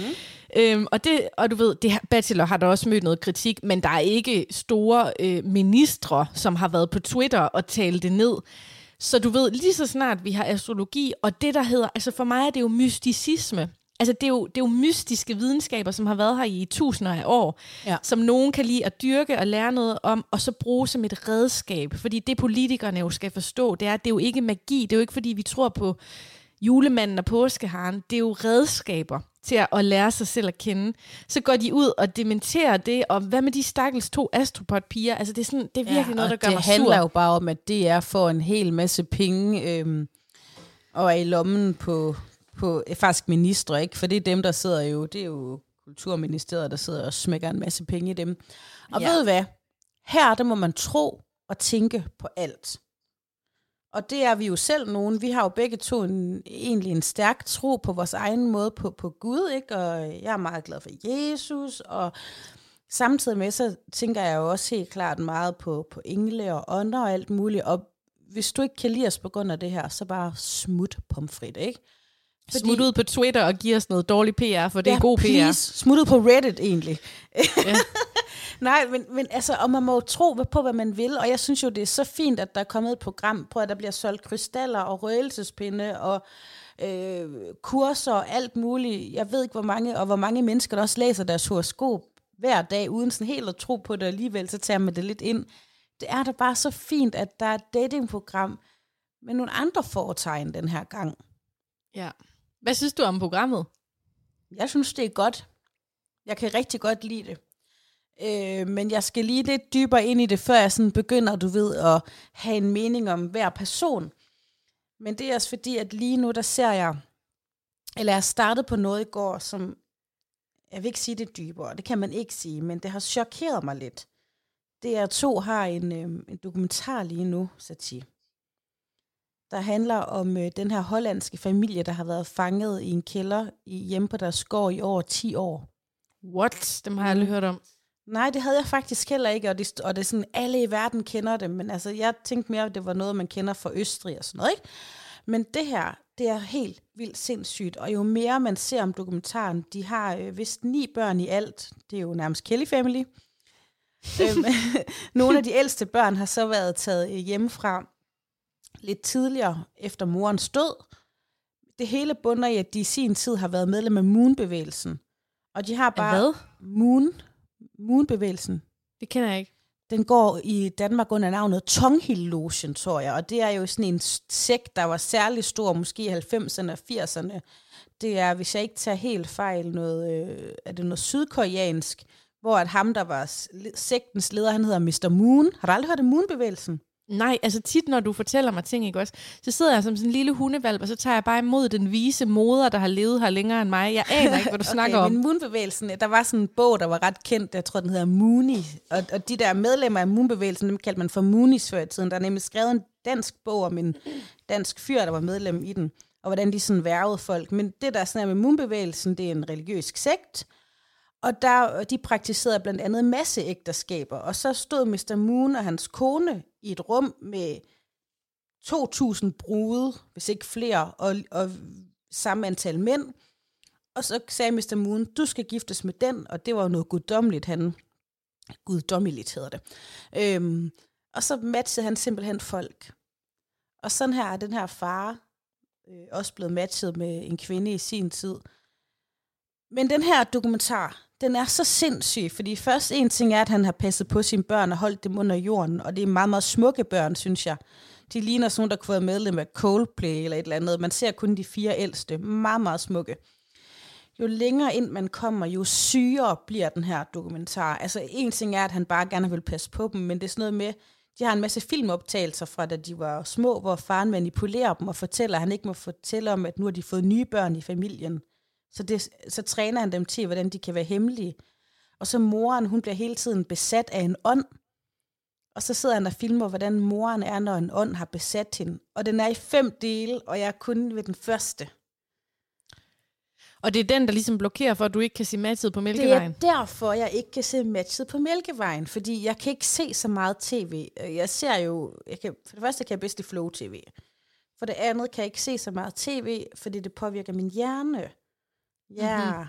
Og du ved, det her Bachelor har der også mødt noget kritik, men der er ikke store ministre, som har været på Twitter og talt det ned. Så du ved, lige så snart vi har astrologi, og det der hedder, altså for mig er det jo mysticisme. Altså det er jo mystiske videnskaber, som har været her i tusinder af år, som nogen kan lide at dyrke og lære noget om, og så bruge som et redskab. Fordi det politikerne jo skal forstå, det er jo ikke magi, det er jo ikke fordi vi tror på julemanden og påskeharen, det er jo redskaber til at lære sig selv at kende. Så går de ud og dementerer det, og hvad med de stakkels 2 astropod-piger? Altså det er virkelig noget, der gør mig sur. Det handler jo bare om, at DR får en hel masse penge, og er i lommen på faktisk ministre, ikke? For det er dem, der sidder jo, det er jo Kulturministeriet, der sidder og smækker en masse penge i dem. Og ved du hvad? Her, der må man tro og tænke på alt. Og det er vi jo selv nogen. Vi har jo begge to egentlig en stærk tro på vores egen måde på Gud, ikke? Og jeg er meget glad for Jesus, og samtidig med, så tænker jeg jo også helt klart meget på engle og ånder og alt muligt. Og hvis du ikke kan lide os på grund af det her, så bare smut pomfrit, ikke? Smut ud på Twitter og giv os noget dårlig PR, for det er god PR. Smut ud på Reddit egentlig. Ja. Nej, men altså, og man må jo tro på, hvad man vil, og jeg synes jo, det er så fint, at der er kommet et program på, at der bliver solgt krystaller og røgelsespinde og kurser og alt muligt. Jeg ved ikke, hvor mange mennesker, der også læser deres horoskop hver dag, uden sådan helt at tro på det alligevel, så tager man det lidt ind. Det er da bare så fint, at der er et datingprogram med nogle andre foretegn den her gang. Ja. Hvad synes du om programmet? Jeg synes, det er godt. Jeg kan rigtig godt lide det. Men jeg skal lige lidt dybere ind i det, før jeg sådan begynder, du ved, at have en mening om hver person. Men det er også fordi, at lige nu, der ser jeg, eller jeg startede på noget i går, som, jeg vil ikke sige det dybere, det kan man ikke sige, men det har chokeret mig lidt. DR2 har en dokumentar lige nu, Satie, der handler om den her hollandske familie, der har været fanget i en kælder hjemme på deres gård i over 10 år. What? Dem har jeg aldrig hørt om. Nej, det havde jeg faktisk heller ikke, og det er sådan, alle i verden kender det, men altså, jeg tænkte mere, at det var noget, man kender fra Østrig og sådan noget, ikke? Men det her, det er helt vildt sindssygt, og jo mere man ser om dokumentaren, de har vist 9 børn i alt, det er jo nærmest Kelly Family. Nogle af de ældste børn har så været taget hjemmefra lidt tidligere efter morens død. Det hele bunder i, at de i sin tid har været medlem af Moon-bevægelsen. Og de har bare... Hvad? Moon-bevægelsen. Det kender jeg ikke. Den går i Danmark under navnet Tonghild-logen, tror jeg. Og det er jo sådan en sekt, der var særlig stor, måske i 90'erne og 80'erne. Det er, hvis jeg ikke tager helt fejl, er det noget sydkoreansk, hvor at ham, der var sektens leder, han hedder Mr. Moon. Har du aldrig hørt om Moon-bevægelsen? Nej, altså tit, når du fortæller mig ting, ikke også, så sidder jeg som sådan en lille hundevalp, og så tager jeg bare imod den vise moder, der har levet her længere end mig. Jeg aner ikke, hvad du snakker om. Men Moon-bevægelsen, der var sådan en bog, der var ret kendt, jeg tror, den hedder Mooney. Og de der medlemmer af Moon-bevægelsen, dem kaldte man for Moonies før i tiden. Der er nemlig skrevet en dansk bog om en dansk fyr, der var medlem i den, og hvordan de sådan værvede folk. Men det, der sådan er med Moon-bevægelsen, det er en religiøs sekt, og de praktiserede blandt andet masseægteskaber. Og så stod Mr. Moon og hans kone i et rum med 2.000 brude, hvis ikke flere, og samme antal mænd. Og så sagde Mr. Moon, du skal giftes med den, og det var jo noget guddommeligt. Guddommeligt hedder det. Og så matchede han simpelthen folk. Og sådan her er den her far også blevet matchet med en kvinde i sin tid. Men den her dokumentar, den er så sindssyg, fordi først en ting er, at han har passet på sine børn og holdt dem under jorden, og det er meget, meget smukke børn, synes jeg. De ligner sådan nogle, der kunne være medlem af Coldplay eller et eller andet. Man ser kun de 4 ældste. Meget, meget smukke. Jo længere ind man kommer, jo sygere bliver den her dokumentar. Altså en ting er, at han bare gerne vil passe på dem, men det er sådan noget med, de har en masse filmoptagelser fra, da de var små, hvor faren manipulerer dem og fortæller, at han ikke må fortælle om, at nu har de fået nye børn i familien. Så træner han dem til, hvordan de kan være hemmelige. Og så moren, hun bliver hele tiden besat af en ånd. Og så sidder han og filmer, hvordan moren er, når en ånd har besat hende. Og den er i 5 dele, og jeg er kun ved den første. Og det er den, der ligesom blokerer for, at du ikke kan se matchet på Mælkevejen? Det er derfor, jeg ikke kan se matchet på Mælkevejen. Fordi jeg kan ikke se så meget tv. Jeg ser jo... for det første kan jeg bedst i Flow TV. For det andet kan jeg ikke se så meget tv, fordi det påvirker min hjerne. Ja. Mm-hmm.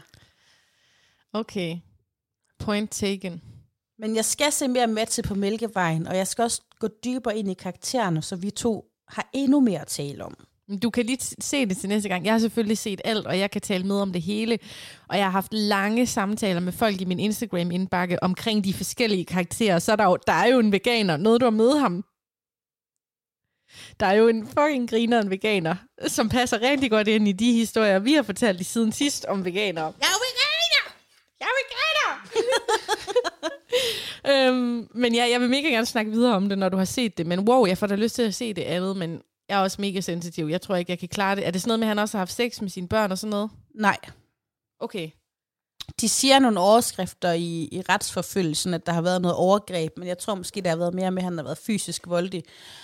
Okay. Point taken. Men jeg skal se mere matchet på Mælkevejen, og jeg skal også gå dybere ind i karaktererne, så vi to har endnu mere at tale om. Du kan lige se det til næste gang. Jeg har selvfølgelig set alt, og jeg kan tale med om det hele. Og jeg har haft lange samtaler med folk i min Instagram-indbakke omkring de forskellige karakterer. Så der er jo en veganer. Noget, du har mødt ham. Der er jo en fucking grineren veganer, som passer rigtig godt ind i de historier, vi har fortalt i siden sidst om veganere. Jeg er veganer! Jeg er veganer! Men ja, jeg vil mega gerne snakke videre om det, når du har set det. Men wow, jeg får da lyst til at se det andet, men jeg er også mega sensitiv. Jeg tror ikke, jeg kan klare det. Er det sådan noget med, at han også har haft sex med sine børn og sådan noget? Nej. Okay. De siger nogle overskrifter i retsforfølgelsen, at der har været noget overgreb, men jeg tror måske, der har været mere med, at han har været fysisk voldig.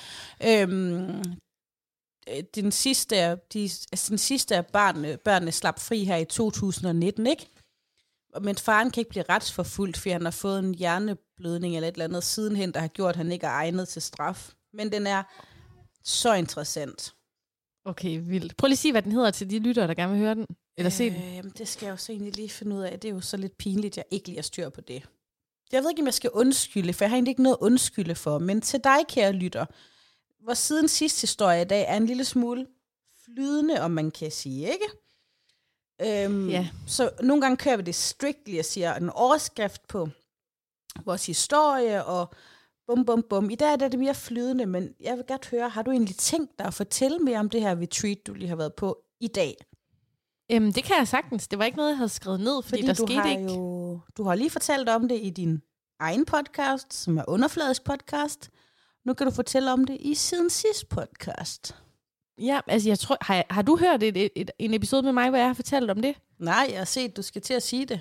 Den sidste af børnene slap fri her i 2019, ikke? Men faren kan ikke blive retsforfulgt, fordi han har fået en hjerneblødning eller et eller andet sidenhen, der har gjort, at han ikke er egnet til straf. Men den er så interessant. Okay, vildt. Prøv lige at sige, hvad den hedder til de lyttere, der gerne vil høre den. Eller se den. Jamen, det skal jeg jo så egentlig lige finde ud af. Det er jo så lidt pinligt, jeg ikke lige har styr på det. Jeg ved ikke, om jeg skal undskylde, for jeg har egentlig ikke noget at undskylde for. Men til dig, kære lytter, hvor siden sidste historie i dag er en lille smule flydende, om man kan sige, ikke? Ja. Så nogle gange kører vi det strictly og siger en overskrift på vores historie, og Bum, bum, bum. I dag er det mere flydende, men jeg vil godt høre, har du egentlig tænkt dig at fortælle mere om det her retreat, du lige har været på i dag? Det kan jeg sagtens. Det var ikke noget, jeg havde skrevet ned, fordi der skete ikke. Du har lige fortalt om det i din egen podcast, som er Underfladisk podcast. Nu kan du fortælle om det i siden sidst podcast. Ja, altså jeg tror, har du hørt en episode med mig, hvor jeg har fortalt om det? Nej, jeg har set, du skal til at sige det.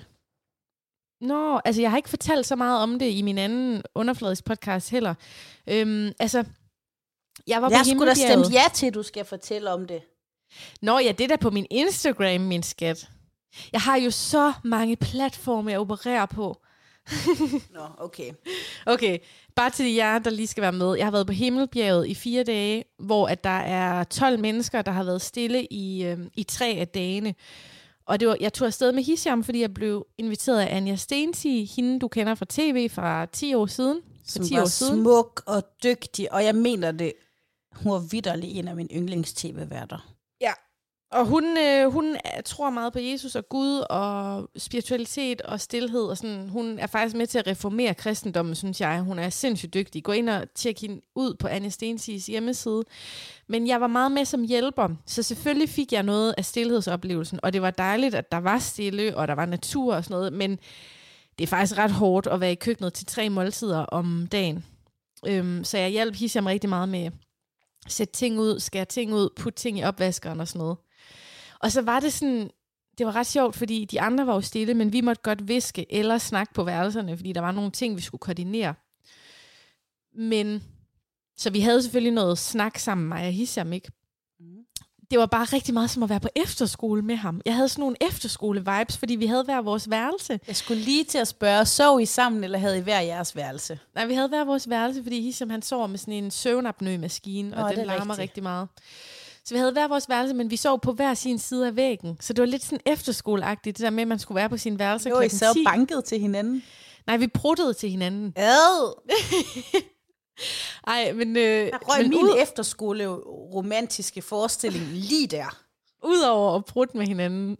Nå, altså jeg har ikke fortalt så meget om det i min anden Underfladisk podcast heller. Altså, jeg var på Himmelbjerget. Jeg skulle da stemt ja til, at du skal fortælle om det. Nå ja, det er da på min Instagram, min skat. Jeg har jo så mange platforme, jeg opererer på. Nå, okay. Okay, bare til jer, der lige skal være med. Jeg har været på Himmelbjerget i 4 dage, hvor at der er 12 mennesker, der har været stille i 3 af dagene. Og jeg tog afsted med Hisham, fordi jeg blev inviteret af Anja Stensi, hende du kender fra tv fra 10 år siden. Som var smuk og dygtig, og jeg mener det, hun var vitterlig en af mine yndlings-tv-værter. Ja, og hun tror meget på Jesus og Gud og spiritualitet og stilhed. Og sådan. Hun er faktisk med til at reformere kristendommen, synes jeg. Hun er sindssygt dygtig. Gå ind og tjek hende ud på Anja Stensis hjemmeside. Men jeg var meget med som hjælper, så selvfølgelig fik jeg noget af stilhedsoplevelsen. Og det var dejligt, at der var stille, og der var natur og sådan noget. Men det er faktisk ret hårdt at være i køkkenet til 3 måltider om dagen. Så jeg hjalp Hisham rigtig meget med sætte ting ud, skære ting ud, putte ting i opvaskeren og sådan noget. Og så var det sådan, det var ret sjovt, fordi de andre var jo stille, men vi måtte godt viske eller snakke på værelserne, fordi der var nogle ting, vi skulle koordinere. Men, så vi havde selvfølgelig noget snak sammen, mig og Hisham, ikke? Det var bare rigtig meget som at være på efterskole med ham. Jeg havde sådan nogle efterskole-vibes, fordi vi havde hver vores værelse. Jeg skulle lige til at spørge, sov I sammen, eller havde I hver jeres værelse? Nej, vi havde hver vores værelse, fordi Hisham han sover med sådan en søvnapnø-maskine, og den larmer rigtig meget. Så vi havde hver vores værelse, men vi sov på hver sin side af væggen. Så det var lidt sådan efterskoleagtigt, det der med, at man skulle være på sin værelse klokken 10. Jo, I så banket til hinanden? Nej, vi pruttede til hinanden. Ej, men jeg røg min efterskole romantiske forestilling lige der. Udover at prutte med hinanden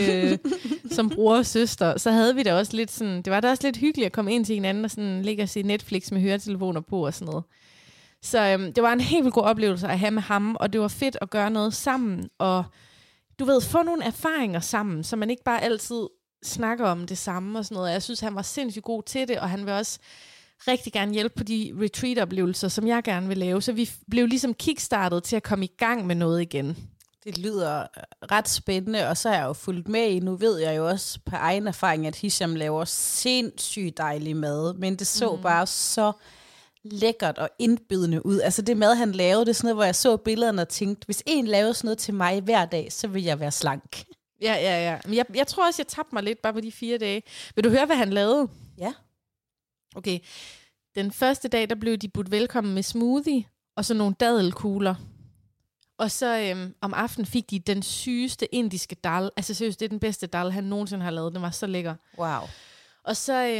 som bror og søster, så havde vi da også lidt sådan, det var da også lidt hyggeligt at komme ind til hinanden og sådan ligge og se Netflix med høretelefoner på og sådan noget. Så det var en helt vildt god oplevelse at have med ham, og det var fedt at gøre noget sammen, og du ved, få nogle erfaringer sammen, så man ikke bare altid snakker om det samme og sådan noget. Jeg synes, han var sindssygt god til det, og han vil også rigtig gerne hjælpe på de retreat-oplevelser, som jeg gerne vil lave. Så vi blev ligesom kickstartet til at komme i gang med noget igen. Det lyder ret spændende, og så er jeg jo fulgt med i. Nu ved jeg jo også på egen erfaring, at Hisham laver sindssygt dejlig mad, men det så bare så lækkert og indbydende ud. Altså det mad, han lavede, det er sådan noget, hvor jeg så billederne og tænkte, hvis en lavede sådan noget til mig hver dag, så vil jeg være slank. Ja. Men jeg tror også, jeg tabte mig lidt bare på de 4 dage. Vil du høre, hvad han lavede? Ja. Okay. Den første dag, der blev de budt velkommen med smoothie, og så nogle dadelkugler. Og så om aftenen fik de den sygeste indiske dal. Altså seriøst, det er den bedste dal, han nogensinde har lavet. Den var så lækker. Wow. Og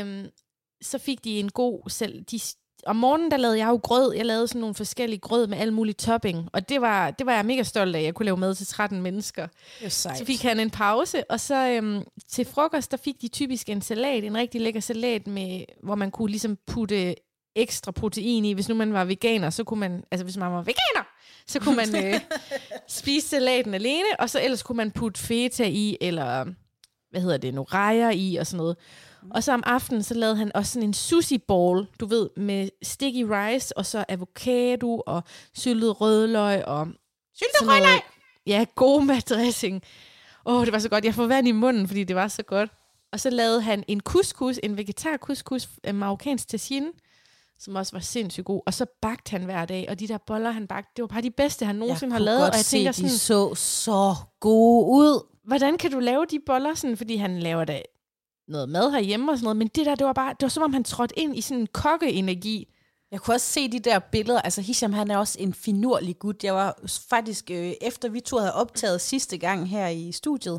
så fik de en god... Om morgenen, der lavede jeg jo grød. Jeg lavede sådan nogle forskellige grød med alle mulige topping. Og det var jeg mega stolt af. Jeg kunne lave mad til 13 mennesker. Så fik han en pause. Og så til frokost, der fik de typisk en salat. En rigtig lækker salat, hvor man kunne ligesom putte ekstra protein i. Hvis nu man var veganer, så kunne man... Altså hvis man var veganer, så kunne man spise salaten alene. Og så ellers kunne man putte feta i, eller nogle rejer i og sådan noget. Og så om aftenen, så lavede han også sådan en sushi ball, du ved, med sticky rice, og så avocado, og syltet rødløg, og... Syltet rødløg? Ja, god maddressing. Det var så godt. Jeg får vand i munden, fordi det var så godt. Og så lavede han en couscous, en vegetar couscous, en marokkansk tagine, som også var sindssygt god. Og så bagte han hver dag, og de der boller, han bagte, det var bare de bedste, han nogensinde har lavet. Og jeg tænker sådan, de så gode ud. Hvordan kan du lave de boller sådan, fordi han laver da noget mad herhjemme og sådan noget, men det var som om han trådte ind i sådan en kokkeenergi. Jeg kunne også se de der billeder, altså Hisham, han er også en finurlig gut. Jeg var faktisk, efter vi to havde optaget sidste gang her i studiet,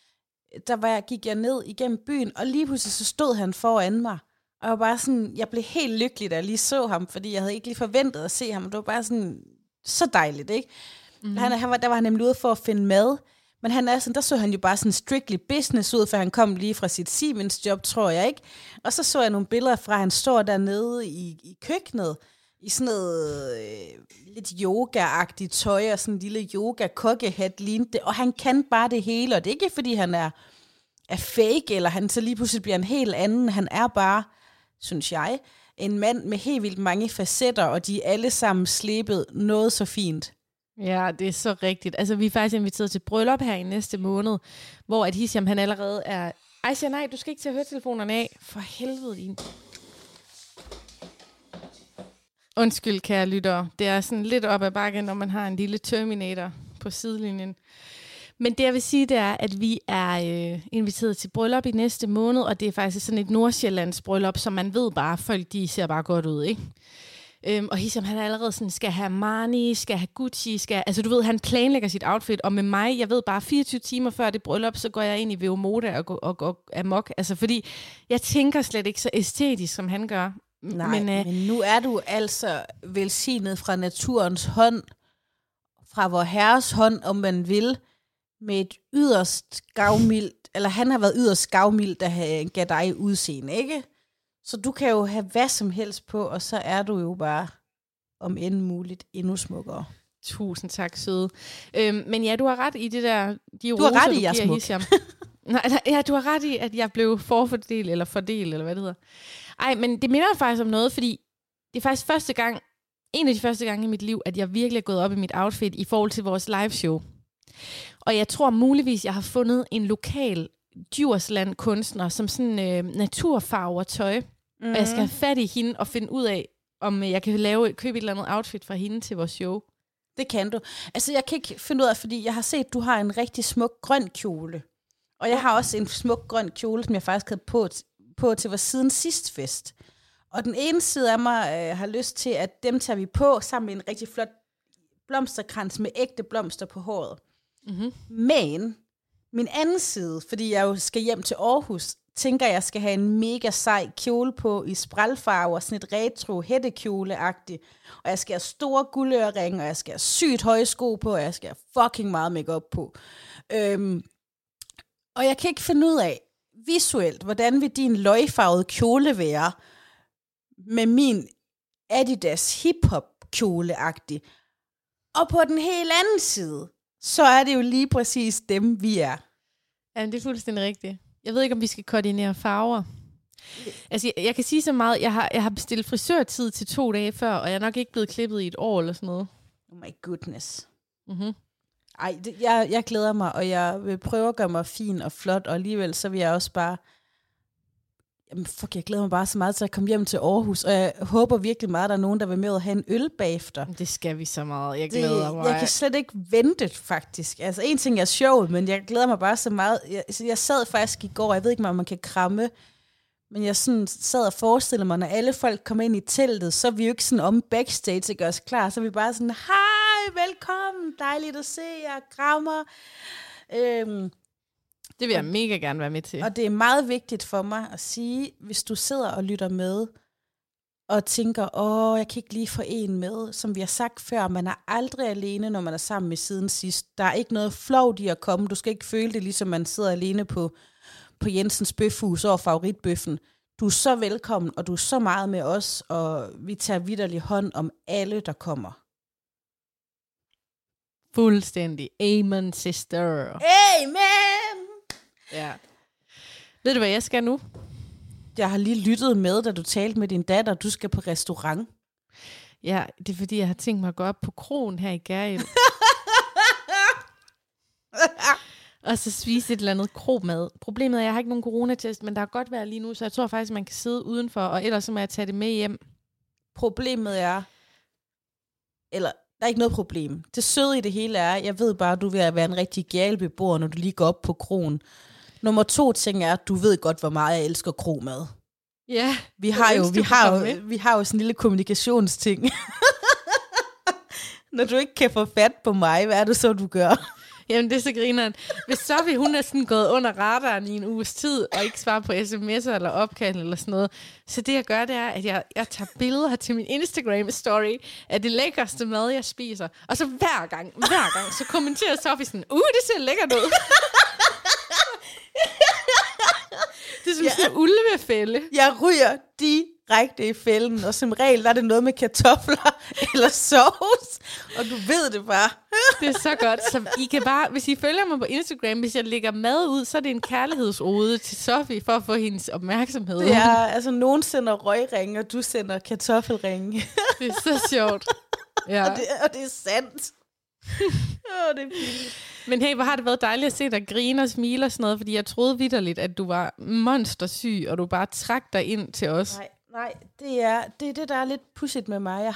gik jeg ned igennem byen, og lige pludselig så stod han foran mig, og jeg var bare sådan, jeg blev helt lykkelig, da jeg lige så ham, fordi jeg havde ikke lige forventet at se ham, det var bare sådan, så dejligt, ikke? Mm-hmm. Der var han nemlig ude for at finde mad, Men han er sådan, der så han jo bare sådan strictly business ud, for han kom lige fra sit Siemens job, tror jeg, ikke? Og så jeg nogle billeder fra, at han står dernede i køkkenet, i sådan noget lidt yoga-agtigt tøj, og sådan en lille yoga-kokkehat lignede det, og han kan bare det hele, og det er ikke, fordi han er fake, eller han så lige pludselig bliver en helt anden. Han er bare, synes jeg, en mand med helt vildt mange facetter, og de er alle sammen slebet noget så fint. Ja, det er så rigtigt. Altså, vi er faktisk inviteret til bryllup her i næste måned, hvor at Hisham, han allerede er... Ej, nej, du skal ikke til at høre telefonerne af. For helvede, din... Undskyld, kære lyttere. Det er sådan lidt op ad bakken, når man har en lille Terminator på sidelinjen. Men det, jeg vil sige, det er, at vi er inviteret til bryllup i næste måned, og det er faktisk sådan et Nordsjællands bryllup, som man ved bare, folk de ser bare godt ud, ikke? Og Hisham, han er allerede sådan, skal have Marni, skal have Gucci, altså du ved, han planlægger sit outfit, og med mig, jeg ved bare 24 timer før det bryllup, så går jeg ind i VO Mode og går amok, altså fordi jeg tænker slet ikke så æstetisk, som han gør. Nej, men nu er du altså velsignet fra naturens hånd, fra vor herres hånd, om man vil, med et yderst gavmildt, eller han har været yderst gavmildt, der gav dig udseende, ikke? Så du kan jo have hvad som helst på, og så er du jo bare, om end muligt, endnu smukkere. Tusind tak, søde. Men ja, du har ret i det der, de roser, du ret i, jeg er smuk. Ja, du har ret i, at jeg blev fordel, eller hvad det hedder. Ej, men det minder faktisk om noget, fordi det er faktisk en af de første gange i mit liv, at jeg virkelig er gået op i mit outfit i forhold til vores liveshow. Og jeg tror muligvis, jeg har fundet en lokal Djursland kunstner, som sådan naturfarver tøj. Og jeg skal have fat i hende og finde ud af, om jeg kan købe et eller andet outfit fra hende til vores show. Det kan du. Altså, jeg kan ikke finde ud af, fordi jeg har set, at du har en rigtig smuk grøn kjole. Og jeg har også en smuk grøn kjole, som jeg faktisk havde på til vores siden sidst fest. Og den ene side af mig har lyst til, at dem tager vi på sammen med en rigtig flot blomsterkrans med ægte blomster på håret. Mm-hmm. Men min anden side, fordi jeg jo skal hjem til Aarhus, tænker jeg skal have en mega sej kjole på i sprælfarver, sådan et retro hættekjole-agtigt. Og jeg skal have store guldøreringe, og jeg skal have sygt høje sko på, og jeg skal have fucking meget makeup på. Og jeg kan ikke finde ud af visuelt, hvordan vil din løgfarvede kjole være med min Adidas hip-hop kjole-agtig. Og på den helt anden side, så er det jo lige præcis dem, vi er. Ja, det er fuldstændig rigtigt. Jeg ved ikke, om vi skal koordinere farver. Altså, jeg kan sige så meget, jeg har bestilt frisørtid til 2 dage før, og jeg er nok ikke blevet klippet i et år eller sådan noget. Oh my goodness. Mm-hmm. Ej, jeg glæder mig, og jeg vil prøve at gøre mig fin og flot, og alligevel så vil jeg også bare... Jamen jeg glæder mig bare så meget til at komme hjem til Aarhus, og jeg håber virkelig meget, at der er nogen, der vil med at have en øl bagefter. Det skal vi så meget. Jeg glæder mig. Jeg kan slet ikke vente, faktisk. Altså, en ting er sjovt, men jeg glæder mig bare så meget. Jeg sad faktisk i går, jeg ved ikke, om man kan kramme, men jeg sådan sad og forestillede mig, når alle folk kommer ind i teltet, så er vi jo ikke sådan om backstage og gør os klar, så er vi bare sådan, hej, velkommen, dejligt at se jer, krammer. Det vil jeg mega gerne være med til. Og det er meget vigtigt for mig at sige, hvis du sidder og lytter med, og tænker, jeg kan ikke lige få en med, som vi har sagt før, man er aldrig alene, når man er sammen med siden sidst. Der er ikke noget flovt i at komme, du skal ikke føle det, ligesom man sidder alene på Jensens Bøfhus over favoritbøffen. Du er så velkommen, og du er så meget med os, og vi tager vitterlig hånd om alle, der kommer. Fuldstændig. Amen, sister. Amen! Ja. Ved du, hvad jeg skal nu? Jeg har lige lyttet med, da du talte med din datter, du skal på restaurant. Ja, det er fordi, jeg har tænkt mig at gå op på kroen her i Gærhjem. Og så spise et eller andet kromad. Problemet er, at jeg har ikke nogen coronatest, men der er godt vejr lige nu, så jeg tror faktisk, man kan sidde udenfor, og ellers så må jeg tage det med hjem. Problemet er, eller der er ikke noget problem. Det søde i det hele er, jeg ved bare, at du vil være en rigtig gælbeboer, når du lige går op på kroen. Nummer 2 ting er, at du ved godt, hvor meget jeg elsker kromad. Ja. Vi har jo sådan en lille kommunikationsting. Når du ikke kan få fat på mig, hvad er det så, du gør? Jamen, det er så grineren. Hvis Sofie, hun er sådan gået under radaren i en uges tid, og ikke svarer på sms'er eller opkald eller sådan noget, så det jeg gør, det er, at jeg tager billeder til min Instagram-story af det lækkerste mad, jeg spiser. Og så hver gang, så kommenterer Sofie sådan, det ser lækkert ud. Det er som sådan en ulvefælde. Jeg ryger direkte i fælden, og som regel er det noget med kartofler eller sovs, og du ved det bare. Det er så godt. Så I kan bare, hvis I følger mig på Instagram, hvis jeg lægger mad ud, så er det en kærlighedsode til Sofie, for at få hendes opmærksomhed. Ja, altså nogen sender røgringe, og du sender kartoffelringe. Det er så sjovt. Ja. og det er sandt. Det er pinligt. Men hey, hvor har det været dejligt at se dig grine og smile og sådan noget, fordi jeg troede vitterligt, at du var monstersyg, og du bare trak dig ind til os. Nej, det er det, der er lidt pudsigt med mig. Jeg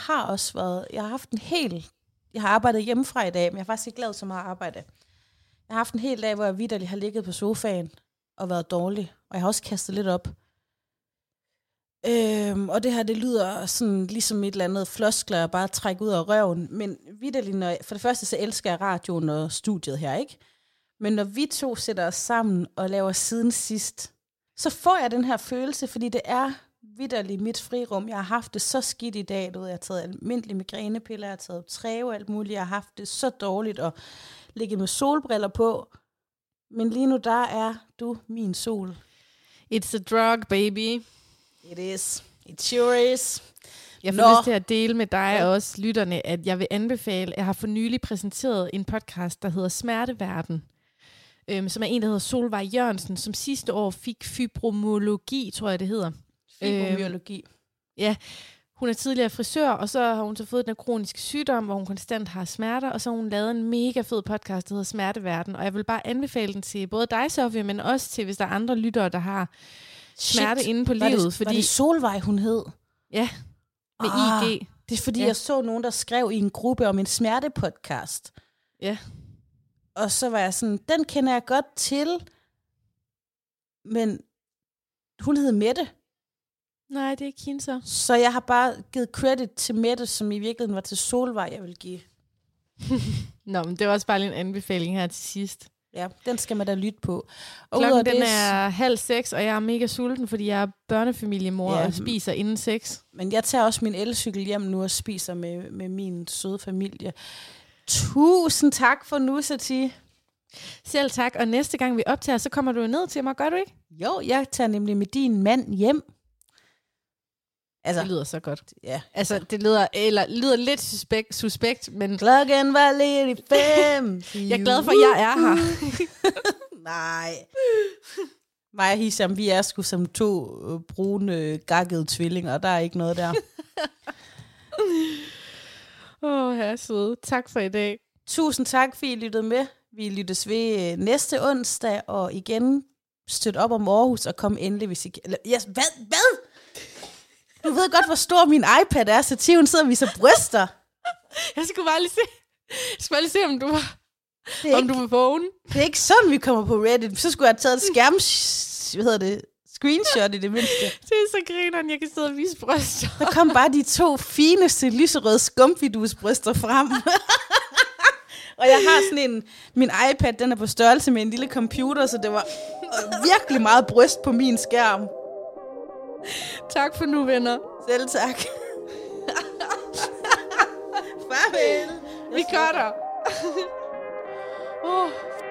har arbejdet hjemmefra i dag, men jeg har faktisk ikke lavet så meget arbejde. Jeg har haft en hel dag, hvor jeg vitterligt har ligget på sofaen og været dårlig, og jeg har også kastet lidt op. Og det her, det lyder sådan ligesom et eller andet floskler, bare trække ud af røven. Men vitterligt, for det første, så elsker jeg radioen og studiet her, ikke? Men når vi to sætter os sammen og laver siden sidst, så får jeg den her følelse, fordi det er vitterligt mit frirum. Jeg har haft det så skidt i dag, jeg har taget almindelige migrænepiller, jeg har taget træve og alt muligt. Jeg har haft det så dårligt og ligget med solbriller på. Men lige nu, der er du min sol. It's a drug, baby. It is. It sure is. Jeg får lyst til at dele med dig og også lytterne, at jeg vil anbefale, jeg har for nylig præsenteret en podcast, der hedder Smerteverden, som er en, der hedder Solvej Jørgensen, som sidste år fik fibromyalgi, tror jeg det hedder. Fibromyalgi. Ja, hun er tidligere frisør, og så har hun så fået den kroniske sygdom, hvor hun konstant har smerter, og så har hun lavet en mega fed podcast, der hedder Smerteverden, og jeg vil bare anbefale den til både dig, Sofie, men også til, hvis der er andre lyttere, der har smerte inde på livet. Var det Solvej, hun hed? Ja, med IG. Det er fordi, jeg så nogen, der skrev i en gruppe om en smertepodcast. Ja. Og så var jeg sådan, den kender jeg godt til, men hun hed Mette. Nej, det er ikke hende så. Så jeg har bare givet credit til Mette, som i virkeligheden var til Solvej, jeg vil give. Nå, men det var også bare en anbefaling her til sidst. Ja, den skal man da lytte på. Og klokken den er 5:30, og jeg er mega sulten, fordi jeg er børnefamiliemor og spiser inden 6. Men jeg tager også min elcykel hjem nu og spiser med min søde familie. Tusind tak for nu, Sati. Selv tak, og næste gang vi optager, så kommer du ned til mig, gør du ikke? Jo, jeg tager nemlig med din mand hjem. Altså, det lyder så godt. Ja. Altså, det lyder lidt suspekt, men... Klokken var lidt i 5. Jeg er glad for, at jeg er her. Nej. Mig og Hisham, vi er sgu som 2 brune, gakkede tvillinger, og der er ikke noget der. Her søde. Tak for i dag. Tusind tak, fordi I lyttede med. Vi lyttes ved næste onsdag, og igen støt op om Aarhus, og kom endelig, hvis I kan... Yes, hvad? Du ved godt, hvor stor min iPad er, så Tiven sidder og viser bryster. Jeg skulle bare lige se, om du var vågen. Det er ikke sådan, vi kommer på Reddit. Så skulle jeg have taget et screenshot i det mindste. Det er så grineren, jeg kan sidde og vise bryster. Der kom bare de 2 fineste lyserøde skumfidusbryster frem. Og jeg har sådan min iPad, den er på størrelse med en lille computer, så det var virkelig meget bryst på min skærm. Tak for nu, venner. Selv tak. Farvel. Vi cutter.